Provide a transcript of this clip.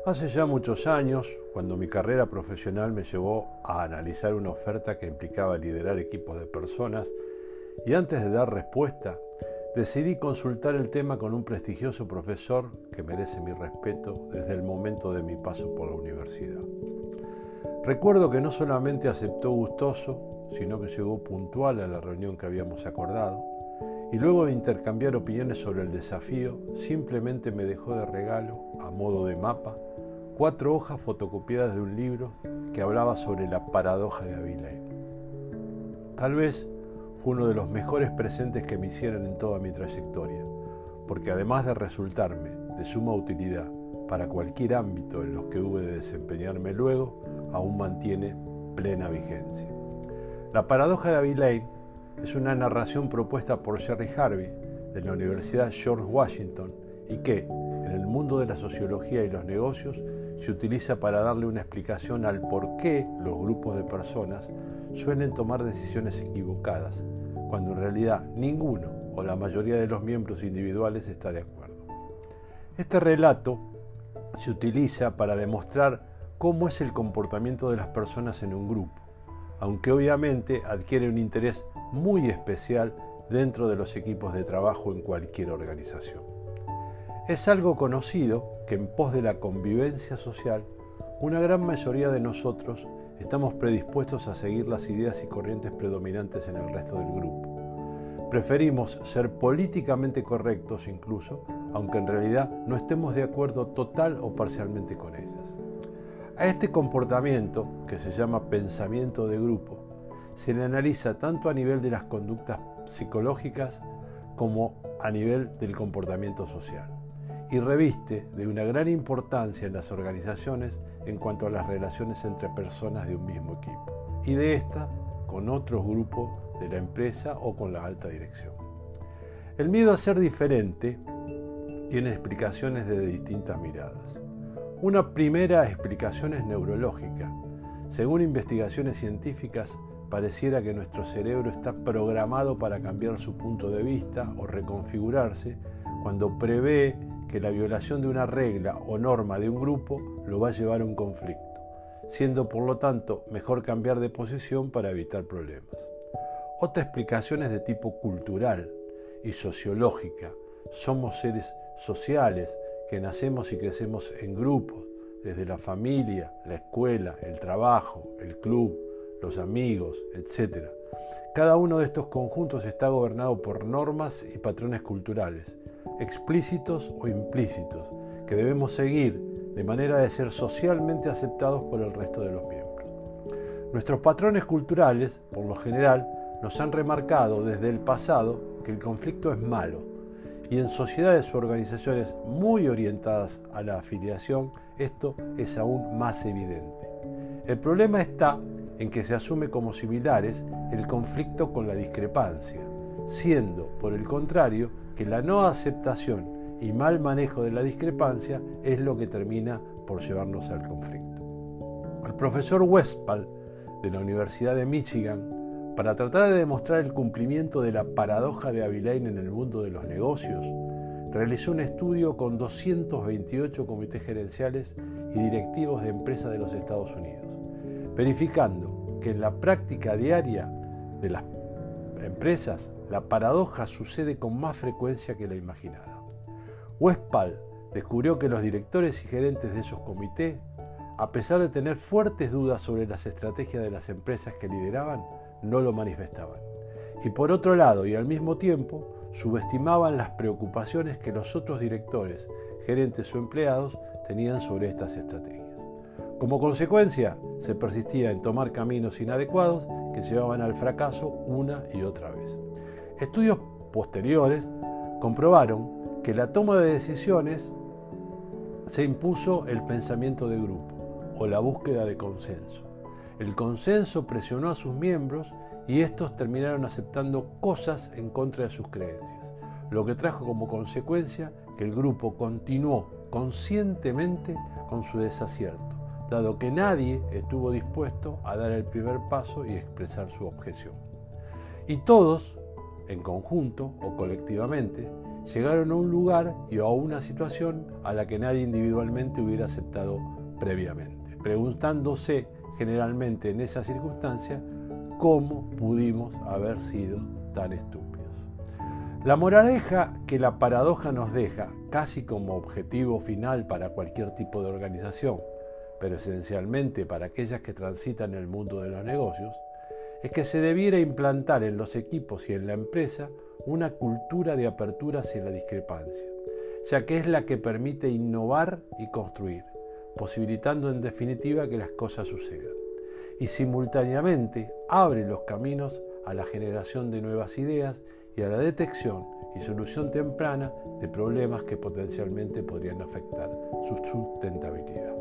Hace ya muchos años, cuando mi carrera profesional me llevó a analizar una oferta que implicaba liderar equipos de personas, y antes de dar respuesta, decidí consultar el tema con un prestigioso profesor que merece mi respeto desde el momento de mi paso por la universidad. Recuerdo que no solamente aceptó gustoso, sino que llegó puntual a la reunión que habíamos acordado, y luego de intercambiar opiniones sobre el desafío, simplemente me dejó de regalo, a modo de mapa, 4 hojas fotocopiadas de un libro que hablaba sobre la paradoja de Abilene. Tal vez fue uno de los mejores presentes que me hicieron en toda mi trayectoria, porque además de resultarme de suma utilidad para cualquier ámbito en los que hube de desempeñarme luego, aún mantiene plena vigencia. La paradoja de Abilene es una narración propuesta por Jerry Harvey de la Universidad George Washington y que, en el mundo de la sociología y los negocios, se utiliza para darle una explicación al por qué los grupos de personas suelen tomar decisiones equivocadas, cuando en realidad ninguno o la mayoría de los miembros individuales está de acuerdo. Este relato se utiliza para demostrar cómo es el comportamiento de las personas en un grupo, aunque obviamente adquiere un interés muy especial dentro de los equipos de trabajo en cualquier organización. Es algo conocido que en pos de la convivencia social, una gran mayoría de nosotros estamos predispuestos a seguir las ideas y corrientes predominantes en el resto del grupo. Preferimos ser políticamente correctos incluso, aunque en realidad no estemos de acuerdo total o parcialmente con ellas. A este comportamiento, que se llama pensamiento de grupo, se le analiza tanto a nivel de las conductas psicológicas como a nivel del comportamiento social, y reviste de una gran importancia en las organizaciones en cuanto a las relaciones entre personas de un mismo equipo, y de esta con otros grupos de la empresa o con la alta dirección. El miedo a ser diferente tiene explicaciones desde distintas miradas. Una primera explicación es neurológica. Según investigaciones científicas, pareciera que nuestro cerebro está programado para cambiar su punto de vista o reconfigurarse cuando prevé que la violación de una regla o norma de un grupo lo va a llevar a un conflicto, siendo por lo tanto mejor cambiar de posición para evitar problemas. Otra explicación es de tipo cultural y sociológica. Somos seres sociales que nacemos y crecemos en grupos, desde la familia, la escuela, el trabajo, el club, los amigos, etc. Cada uno de estos conjuntos está gobernado por normas y patrones culturales, explícitos o implícitos, que debemos seguir de manera de ser socialmente aceptados por el resto de los miembros. Nuestros patrones culturales, por lo general, nos han remarcado desde el pasado que el conflicto es malo, y en sociedades u organizaciones muy orientadas a la afiliación, esto es aún más evidente. El problema está en que se asume como similares el conflicto con la discrepancia, siendo, por el contrario, que la no aceptación y mal manejo de la discrepancia es lo que termina por llevarnos al conflicto. El profesor Westphal, de la Universidad de Michigan, para tratar de demostrar el cumplimiento de la paradoja de Abilene en el mundo de los negocios, realizó un estudio con 228 comités gerenciales y directivos de empresas de los Estados Unidos, verificando que en la práctica diaria de las empresas la paradoja sucede con más frecuencia que la imaginada. Westphal descubrió que los directores y gerentes de esos comités, a pesar de tener fuertes dudas sobre las estrategias de las empresas que lideraban, no lo manifestaban. Y por otro lado, y al mismo tiempo, subestimaban las preocupaciones que los otros directores, gerentes o empleados tenían sobre estas estrategias. Como consecuencia, se persistía en tomar caminos inadecuados que llevaban al fracaso una y otra vez. Estudios posteriores comprobaron que la toma de decisiones se impuso el pensamiento de grupo o la búsqueda de consenso. El consenso presionó a sus miembros y estos terminaron aceptando cosas en contra de sus creencias, lo que trajo como consecuencia que el grupo continuó conscientemente con su desacierto, dado que nadie estuvo dispuesto a dar el primer paso y expresar su objeción. Y todos, en conjunto o colectivamente, llegaron a un lugar y a una situación a la que nadie individualmente hubiera aceptado previamente, preguntándose generalmente en esa circunstancia cómo pudimos haber sido tan estúpidos. La moraleja que la paradoja nos deja, casi como objetivo final para cualquier tipo de organización, pero esencialmente para aquellas que transitan el mundo de los negocios, es que se debiera implantar en los equipos y en la empresa una cultura de apertura hacia la discrepancia, ya que es la que permite innovar y construir, posibilitando en definitiva que las cosas sucedan, y simultáneamente abre los caminos a la generación de nuevas ideas y a la detección y solución temprana de problemas que potencialmente podrían afectar su sustentabilidad.